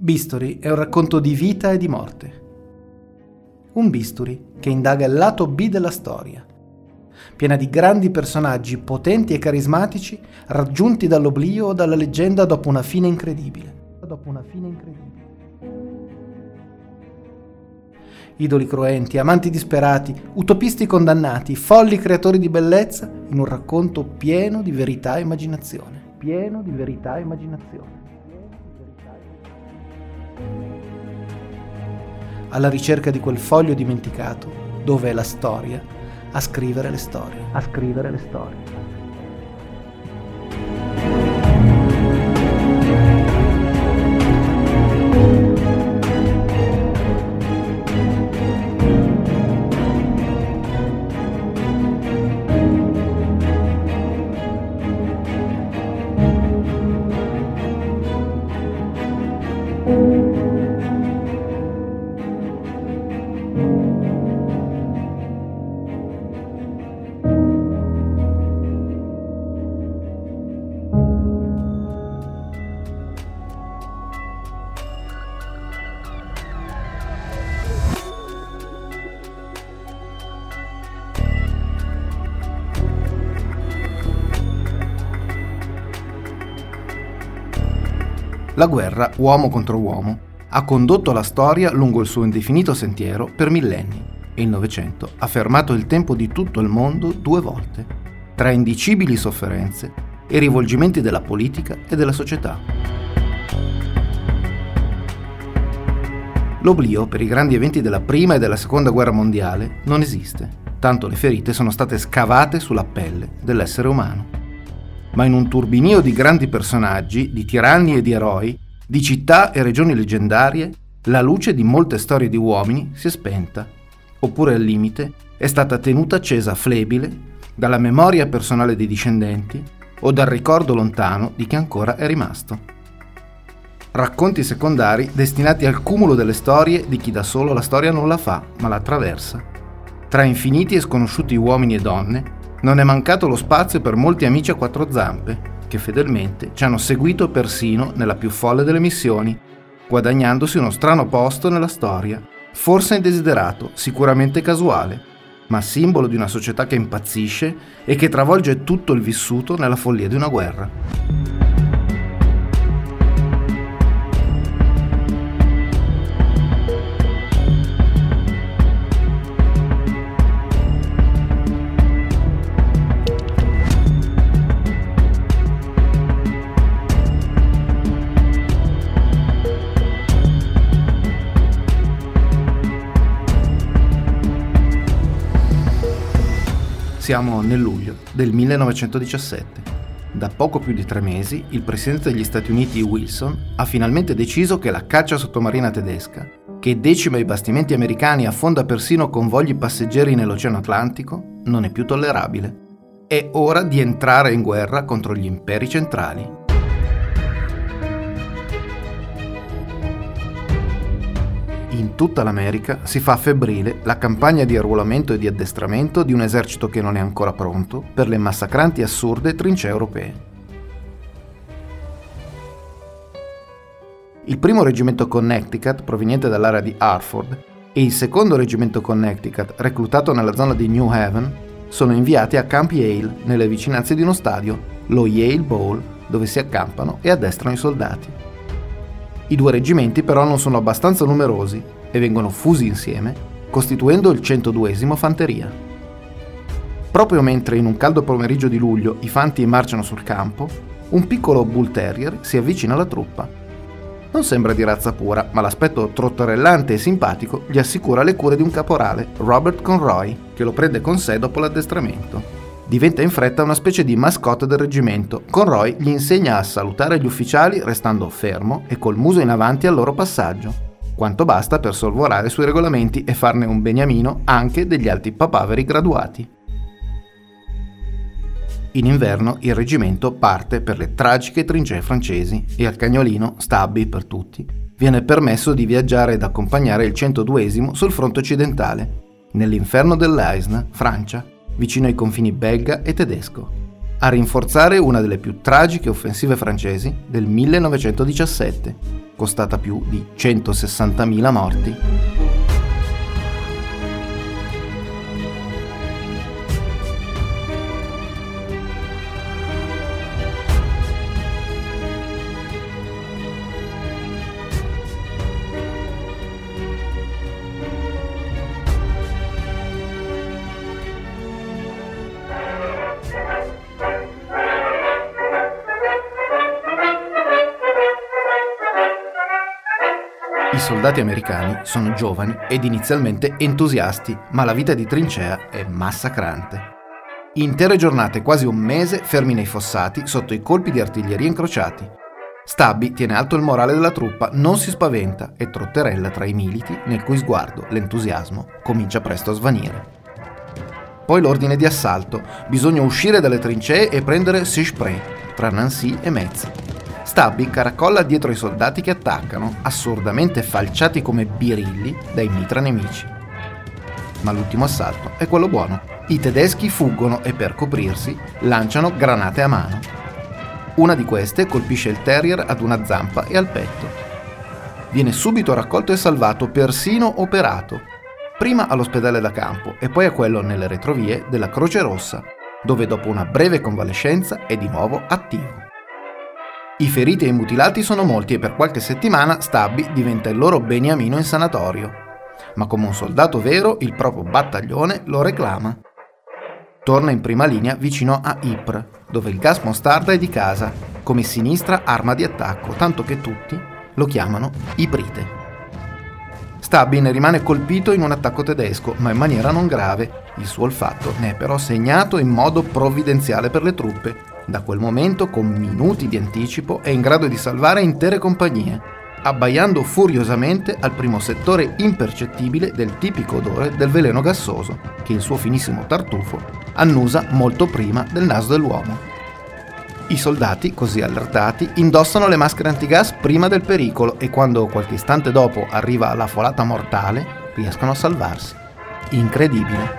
Bisturi è un racconto di vita e di morte. Un bisturi che indaga il lato B della storia, piena di grandi personaggi potenti e carismatici raggiunti dall'oblio o dalla leggenda dopo una fine incredibile. Idoli cruenti, amanti disperati, utopisti condannati, folli creatori di bellezza in un racconto pieno di verità e immaginazione. Alla ricerca di quel foglio dimenticato dove è la storia a scrivere le storie. La guerra, uomo contro uomo, ha condotto la storia lungo il suo indefinito sentiero per millenni e il Novecento ha fermato il tempo di tutto il mondo 2 volte, tra indicibili sofferenze e rivolgimenti della politica e della società. L'oblio per i grandi eventi della Prima e della Seconda Guerra Mondiale non esiste, tanto le ferite sono state scavate sulla pelle dell'essere umano. Ma in un turbinio di grandi personaggi, di tiranni e di eroi, di città e regioni leggendarie, la luce di molte storie di uomini si è spenta, oppure al limite è stata tenuta accesa flebile dalla memoria personale dei discendenti o dal ricordo lontano di chi ancora è rimasto. Racconti secondari destinati al cumulo delle storie di chi da solo la storia non la fa, ma la attraversa. Tra infiniti e sconosciuti uomini e donne, non è mancato lo spazio per molti amici a 4 zampe, che fedelmente ci hanno seguito persino nella più folle delle missioni, guadagnandosi uno strano posto nella storia, forse indesiderato, sicuramente casuale, ma simbolo di una società che impazzisce e che travolge tutto il vissuto nella follia di una guerra. Siamo nel luglio del 1917. Da poco più di 3 mesi, il presidente degli Stati Uniti Wilson ha finalmente deciso che la caccia sottomarina tedesca, che decima i bastimenti americani e affonda persino convogli passeggeri nell'Oceano Atlantico, non è più tollerabile. È ora di entrare in guerra contro gli imperi centrali. In tutta l'America si fa febbrile la campagna di arruolamento e di addestramento di un esercito che non è ancora pronto per le massacranti e assurde trincee europee. Il primo reggimento Connecticut, proveniente dall'area di Hartford, e il secondo reggimento Connecticut, reclutato nella zona di New Haven, sono inviati a Camp Yale, nelle vicinanze di uno stadio, lo Yale Bowl, dove si accampano e addestrano i soldati. I 2 reggimenti però non sono abbastanza numerosi e vengono fusi insieme, costituendo il 102esimo Fanteria. Proprio mentre in un caldo pomeriggio di luglio i fanti marciano sul campo, un piccolo bull terrier si avvicina alla truppa. Non sembra di razza pura, ma l'aspetto trotterellante e simpatico gli assicura le cure di un caporale, Robert Conroy, che lo prende con sé dopo l'addestramento. Diventa in fretta una specie di mascotte del reggimento. Conroy gli insegna a salutare gli ufficiali restando fermo e col muso in avanti al loro passaggio, quanto basta per sorvolare sui regolamenti e farne un beniamino anche degli alti papaveri graduati. In inverno il reggimento parte per le tragiche trincee francesi e al cagnolino, Stubby per tutti, viene permesso di viaggiare ed accompagnare il 102esimo sul fronte occidentale, nell'inferno dell'Aisne, Francia, vicino ai confini belga e tedesco. a rinforzare una delle più tragiche offensive francesi del 1917, costata più di 160.000 morti. I soldati americani sono giovani ed inizialmente entusiasti, ma la vita di trincea è massacrante. Intere giornate, quasi un mese, fermi nei fossati sotto i colpi di artiglieria incrociati. Stabbi tiene alto il morale della truppa, non si spaventa e trotterella tra i militi nel cui sguardo l'entusiasmo comincia presto a svanire. Poi l'ordine di assalto, bisogna uscire dalle trincee e prendere Seicheprey, tra Nancy e Metz. Stabbi caracolla dietro i soldati che attaccano, assurdamente falciati come birilli dai mitra nemici. Ma l'ultimo assalto è quello buono. I tedeschi fuggono e per coprirsi lanciano granate a mano. Una di queste colpisce il terrier ad una zampa e al petto. Viene subito raccolto e salvato, persino operato, prima all'ospedale da campo e poi a quello nelle retrovie della Croce Rossa, dove dopo una breve convalescenza è di nuovo attivo. I feriti e i mutilati sono molti e per qualche settimana Stabbi diventa il loro beniamino in sanatorio, ma come un soldato vero il proprio battaglione lo reclama. Torna in prima linea vicino a Ypres, dove il gas mostarda è di casa, come sinistra arma di attacco, tanto che tutti lo chiamano Iprite. Stabbi ne rimane colpito in un attacco tedesco, ma in maniera non grave. Il suo olfatto ne è però segnato in modo provvidenziale per le truppe. Da quel momento, con minuti di anticipo, è in grado di salvare intere compagnie, abbaiando furiosamente al primo settore impercettibile del tipico odore del veleno gassoso, che il suo finissimo tartufo annusa molto prima del naso dell'uomo. I soldati, così allertati, indossano le maschere antigas prima del pericolo e quando qualche istante dopo arriva la folata mortale, riescono a salvarsi. Incredibile.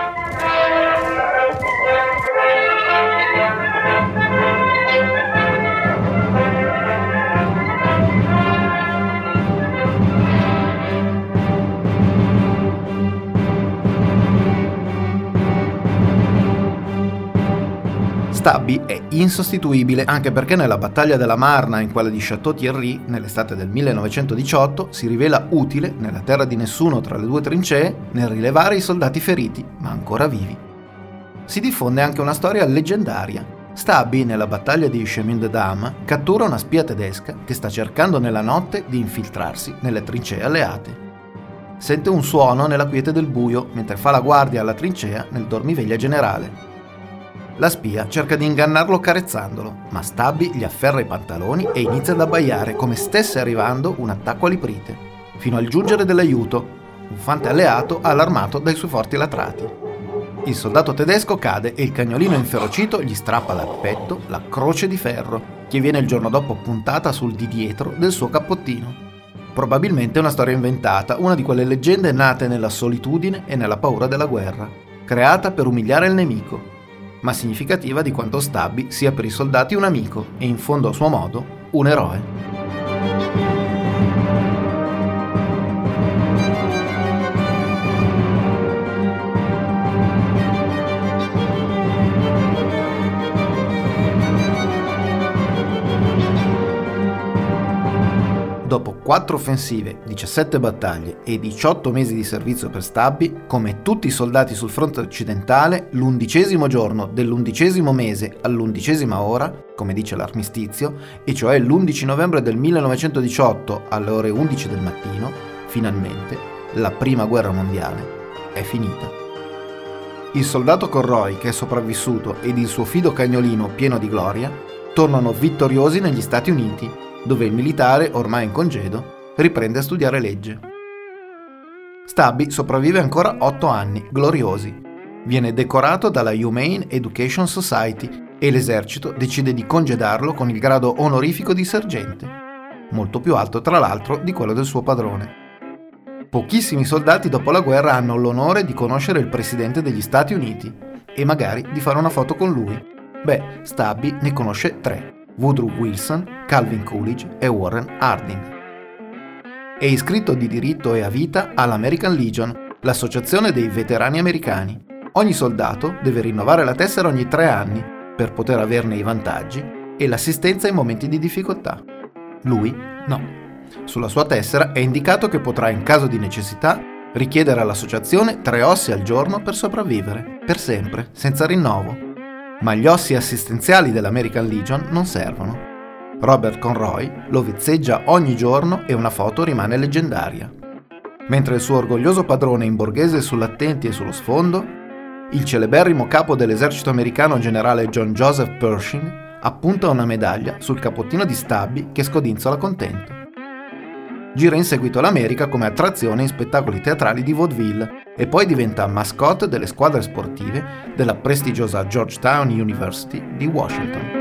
Stabbi è insostituibile anche perché nella battaglia della Marne e in quella di Château-Thierry, nell'estate del 1918, si rivela utile, nella terra di nessuno tra le due trincee, nel rilevare i soldati feriti, ma ancora vivi. Si diffonde anche una storia leggendaria. Stabbi, nella battaglia di Chemin-des-Dames, cattura una spia tedesca che sta cercando nella notte di infiltrarsi nelle trincee alleate. Sente un suono nella quiete del buio mentre fa la guardia alla trincea nel dormiveglia generale. La spia cerca di ingannarlo carezzandolo, ma Stabbi gli afferra i pantaloni e inizia ad abbaiare come stesse arrivando un attacco all'Iprite, fino al giungere dell'aiuto, un fante alleato allarmato dai suoi forti latrati. Il soldato tedesco cade e il cagnolino inferocito gli strappa dal petto la croce di ferro, che viene il giorno dopo puntata sul di dietro del suo cappottino. Probabilmente una storia inventata, una di quelle leggende nate nella solitudine e nella paura della guerra, creata per umiliare il nemico, ma significativa di quanto Stabbi sia per i soldati un amico e in fondo a suo modo un eroe. Dopo 4 offensive, 17 battaglie e 18 mesi di servizio per Stabbi, come tutti i soldati sul fronte occidentale, l'11° giorno dell'11° mese all'11ª ora, come dice l'armistizio, e cioè l'11 novembre del 1918 alle ore 11 del mattino, finalmente la prima guerra mondiale è finita. Il soldato Corroy, che è sopravvissuto, ed il suo fido cagnolino pieno di gloria, tornano vittoriosi negli Stati Uniti, dove il militare, ormai in congedo, riprende a studiare legge. Stabbi sopravvive ancora 8 anni, gloriosi. Viene decorato dalla Humane Education Society e l'esercito decide di congedarlo con il grado onorifico di sergente, molto più alto tra l'altro di quello del suo padrone. Pochissimi soldati dopo la guerra hanno l'onore di conoscere il presidente degli Stati Uniti e magari di fare una foto con lui. Beh, Stubby ne conosce 3: Woodrow Wilson, Calvin Coolidge e Warren Harding. È iscritto di diritto e a vita all'American Legion, l'associazione dei veterani americani. Ogni soldato deve rinnovare la tessera ogni 3 anni per poter averne i vantaggi e l'assistenza in momenti di difficoltà. Lui no. Sulla sua tessera è indicato che potrà in caso di necessità richiedere all'associazione 3 ossi al giorno per sopravvivere, per sempre, senza rinnovo. Ma gli ossi assistenziali dell'American Legion non servono. Robert Conroy lo vezzeggia ogni giorno e una foto rimane leggendaria. Mentre il suo orgoglioso padrone in borghese sull'attenti e sullo sfondo, il celeberrimo capo dell'esercito americano generale John Joseph Pershing appunta una medaglia sul capottino di Stubby che scodinzola contento. Gira in seguito l'America come attrazione in spettacoli teatrali di vaudeville e poi diventa mascotte delle squadre sportive della prestigiosa Georgetown University di Washington.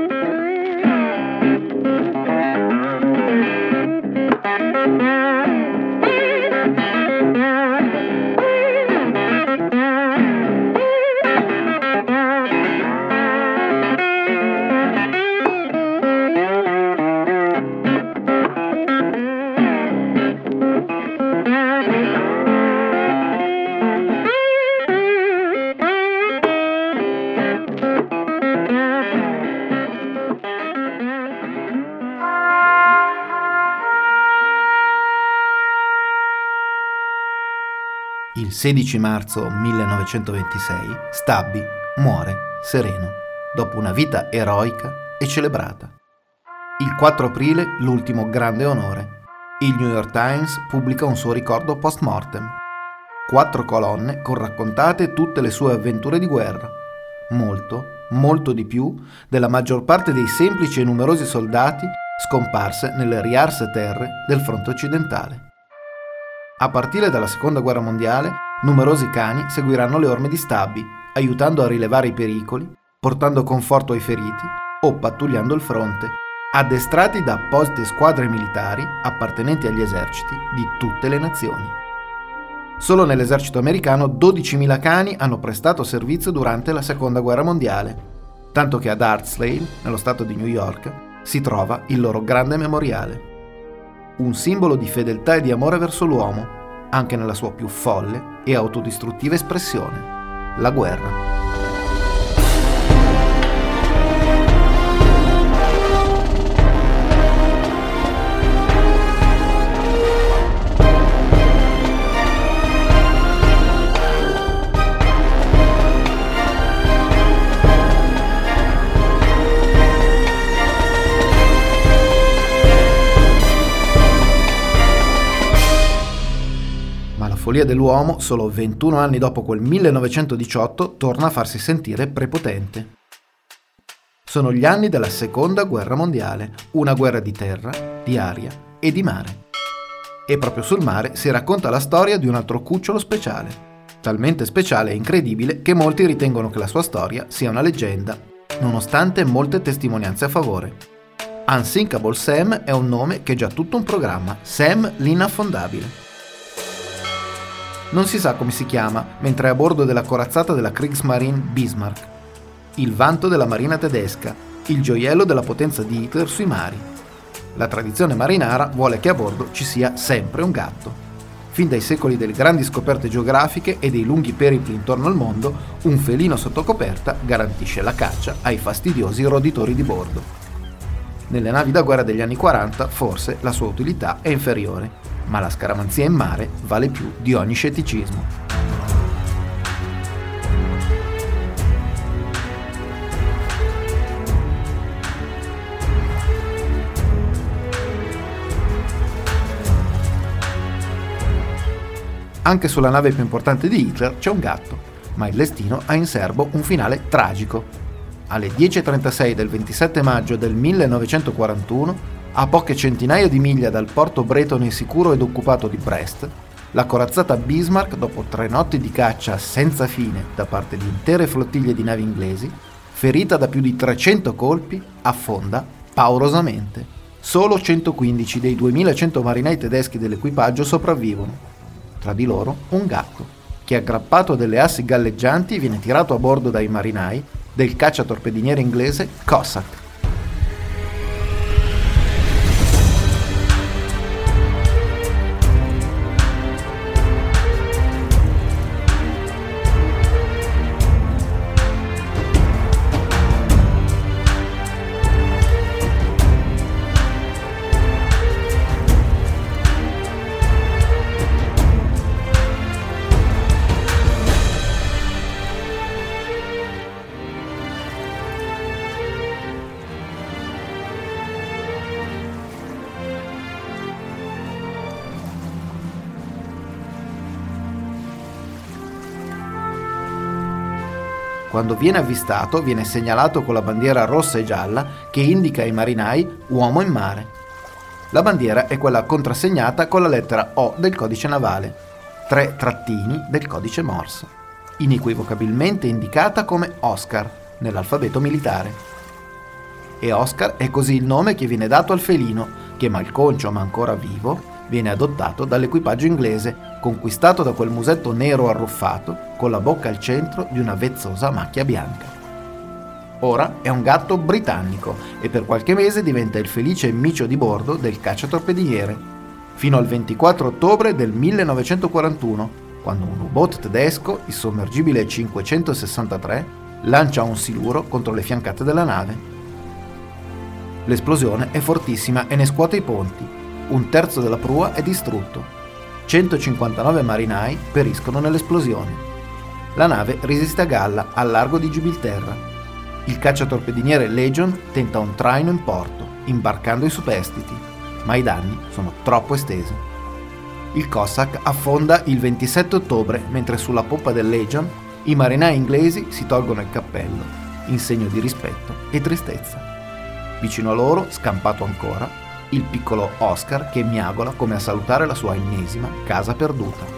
Il 16 marzo 1926 Stubby muore sereno, dopo una vita eroica e celebrata. Il 4 aprile l'ultimo grande onore. Il New York Times pubblica un suo ricordo post mortem. 4 colonne con raccontate tutte le sue avventure di guerra. Molto di più della maggior parte dei semplici e numerosi soldati scomparse nelle riarse terre del fronte occidentale. A partire dalla Seconda Guerra Mondiale, numerosi cani seguiranno le orme di Stubby, aiutando a rilevare i pericoli, portando conforto ai feriti o pattugliando il fronte, addestrati da apposite squadre militari appartenenti agli eserciti di tutte le nazioni. Solo nell'esercito americano 12.000 cani hanno prestato servizio durante la Seconda Guerra Mondiale, tanto che ad Ardsdale, nello stato di New York, si trova il loro grande memoriale. Un simbolo di fedeltà e di amore verso l'uomo, anche nella sua più folle e autodistruttiva espressione, la guerra. La follia dell'uomo, solo 21 anni dopo quel 1918, torna a farsi sentire prepotente. Sono gli anni della Seconda Guerra Mondiale, una guerra di terra, di aria e di mare. E proprio sul mare si racconta la storia di un altro cucciolo speciale, talmente speciale e incredibile che molti ritengono che la sua storia sia una leggenda, nonostante molte testimonianze a favore. Unsinkable Sam è un nome che è già tutto un programma, Sam l'inaffondabile. Non si sa come si chiama, mentre è a bordo della corazzata della Kriegsmarine Bismarck. Il vanto della marina tedesca, il gioiello della potenza di Hitler sui mari. La tradizione marinara vuole che a bordo ci sia sempre un gatto. Fin dai secoli delle grandi scoperte geografiche e dei lunghi peripli intorno al mondo, un felino sotto coperta garantisce la caccia ai fastidiosi roditori di bordo. Nelle navi da guerra degli anni 40, forse, la sua utilità è inferiore, ma la scaramanzia in mare vale più di ogni scetticismo. Anche sulla nave più importante di Hitler c'è un gatto, ma il destino ha in serbo un finale tragico. Alle 10:36 del 27 maggio del 1941, a poche centinaia di miglia dal porto bretone sicuro ed occupato di Brest, la corazzata Bismarck, dopo 3 notti di caccia senza fine da parte di intere flottiglie di navi inglesi, ferita da più di 300 colpi, affonda paurosamente. Solo 115 dei 2100 marinai tedeschi dell'equipaggio sopravvivono. Tra di loro un gatto, che aggrappato a delle assi galleggianti viene tirato a bordo dai marinai del cacciatorpediniere inglese Cossack. Quando viene avvistato, viene segnalato con la bandiera rossa e gialla che indica ai marinai uomo in mare. La bandiera è quella contrassegnata con la lettera O del codice navale, 3 trattini del codice Morse, inequivocabilmente indicata come Oscar nell'alfabeto militare. E Oscar è così il nome che viene dato al felino, che malconcio ma ancora vivo, viene adottato dall'equipaggio inglese, conquistato da quel musetto nero arruffato con la bocca al centro di una vezzosa macchia bianca. Ora è un gatto britannico e per qualche mese diventa il felice micio di bordo del cacciatorpediniere, fino al 24 ottobre del 1941, quando un U-boat tedesco, il sommergibile 563, lancia un siluro contro le fiancate della nave. L'esplosione è fortissima e ne scuote i ponti. Un terzo della prua è distrutto. 159 marinai periscono nell'esplosione. La nave resiste a galla al largo di Gibilterra. Il cacciatorpediniere Legion tenta un traino in porto, imbarcando i superstiti, ma i danni sono troppo estesi. Il Cossack affonda il 27 ottobre, mentre sulla poppa del Legion i marinai inglesi si tolgono il cappello, in segno di rispetto e tristezza. Vicino a loro, scampato ancora, il piccolo Oscar che miagola come a salutare la sua ennesima casa perduta.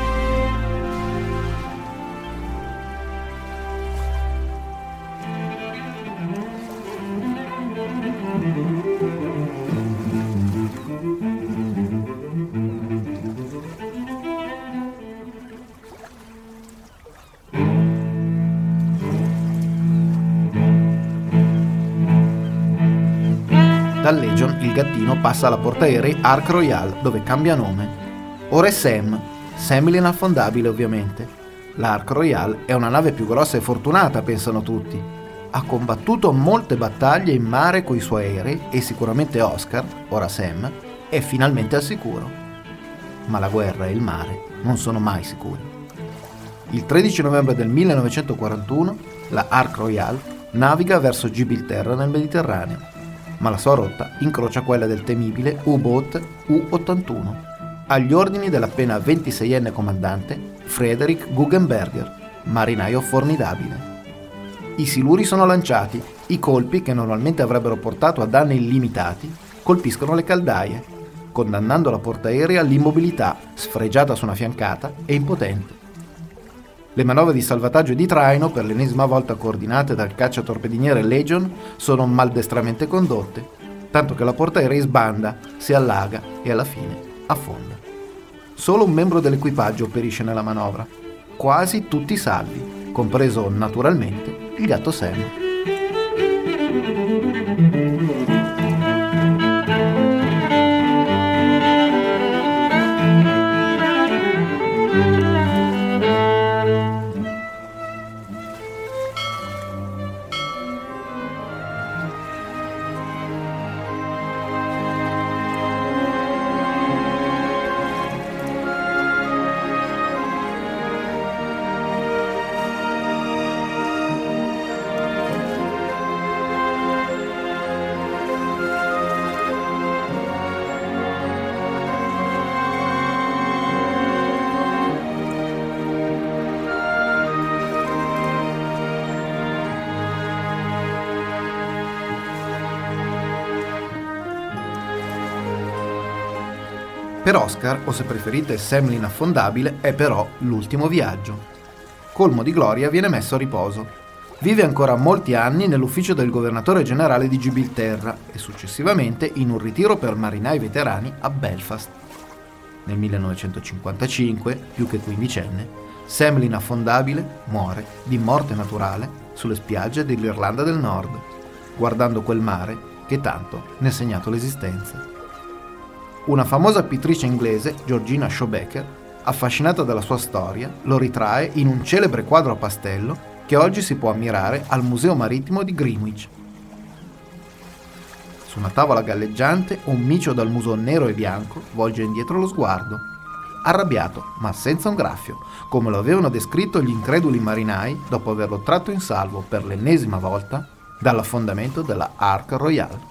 Dal Legion il gattino passa alla portaerei Ark Royal, dove cambia nome. Ora è Sam l'inaffondabile ovviamente. La Ark Royal è una nave più grossa e fortunata, pensano tutti. Ha combattuto molte battaglie in mare coi suoi aerei e sicuramente Oscar, ora Sam, è finalmente al sicuro. Ma la guerra e il mare non sono mai sicuri. Il 13 novembre del 1941 la Ark Royal naviga verso Gibilterra nel Mediterraneo, ma la sua rotta incrocia quella del temibile U-boat U-81, agli ordini dell'appena 26enne comandante Frederick Guggenberger, marinaio formidabile. I siluri sono lanciati, i colpi, che normalmente avrebbero portato a danni illimitati, colpiscono le caldaie, condannando la portaerei all'immobilità, sfregiata su una fiancata e impotente. Le manovre di salvataggio e di traino, per l'ennesima volta coordinate dal cacciatorpediniere Legion, sono maldestramente condotte, tanto che la portaerei sbanda, si allaga e alla fine affonda. Solo un membro dell'equipaggio perisce nella manovra, quasi tutti salvi, compreso naturalmente il gatto Sam. Per Oscar, o se preferite Sam l'inaffondabile, è però l'ultimo viaggio. Colmo di gloria, viene messo a riposo. Vive ancora molti anni nell'ufficio del governatore generale di Gibilterra e successivamente in un ritiro per marinai veterani a Belfast. Nel 1955, più che quindicenne, Sam l'inaffondabile muore di morte naturale sulle spiagge dell'Irlanda del Nord, guardando quel mare che tanto ne ha segnato l'esistenza. Una famosa pittrice inglese, Georgina Shoebaker, affascinata dalla sua storia, lo ritrae in un celebre quadro a pastello che oggi si può ammirare al Museo Marittimo di Greenwich. Su una tavola galleggiante, un micio dal muso nero e bianco volge indietro lo sguardo, arrabbiato ma senza un graffio, come lo avevano descritto gli increduli marinai dopo averlo tratto in salvo per l'ennesima volta dall'affondamento della Ark Royal.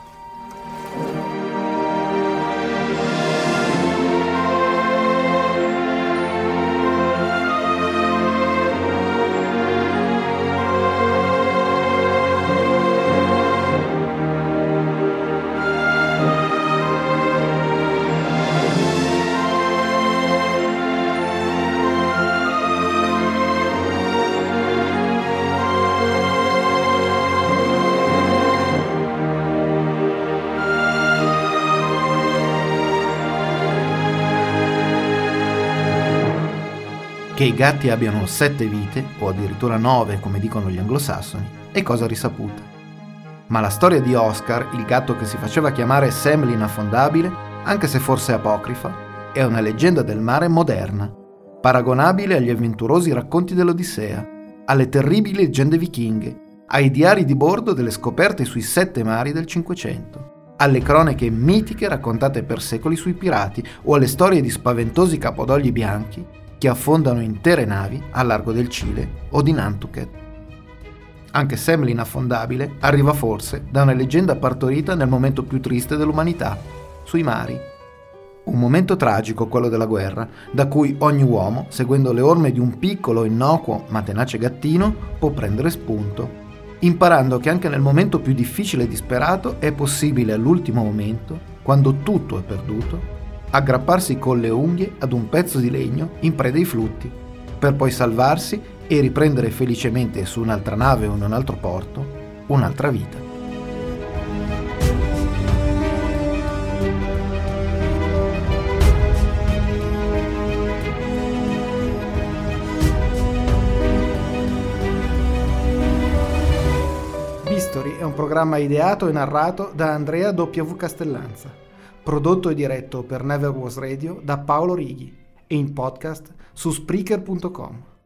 Che i gatti abbiano 7 vite, o addirittura 9 come dicono gli anglosassoni, è cosa risaputa. Ma la storia di Oscar, il gatto che si faceva chiamare Sam l'inaffondabile, anche se forse apocrifa, è una leggenda del mare moderna, paragonabile agli avventurosi racconti dell'Odissea, alle terribili leggende vichinghe, ai diari di bordo delle scoperte sui 7 mari del Cinquecento, alle cronache mitiche raccontate per secoli sui pirati o alle storie di spaventosi capodogli bianchi che affondano intere navi al largo del Cile o di Nantucket. Anche Sam l'inaffondabile arriva forse da una leggenda partorita nel momento più triste dell'umanità, sui mari. Un momento tragico, quello della guerra, da cui ogni uomo, seguendo le orme di un piccolo, innocuo ma tenace gattino, può prendere spunto, imparando che anche nel momento più difficile e disperato è possibile all'ultimo momento, quando tutto è perduto, aggrapparsi con le unghie ad un pezzo di legno in preda ai flutti, per poi salvarsi e riprendere felicemente su un'altra nave o in un altro porto un'altra vita. History è un programma ideato e narrato da Andrea W. Castellanza, prodotto e diretto per Never Was Radio da Paolo Righi e in podcast su Spreaker.com.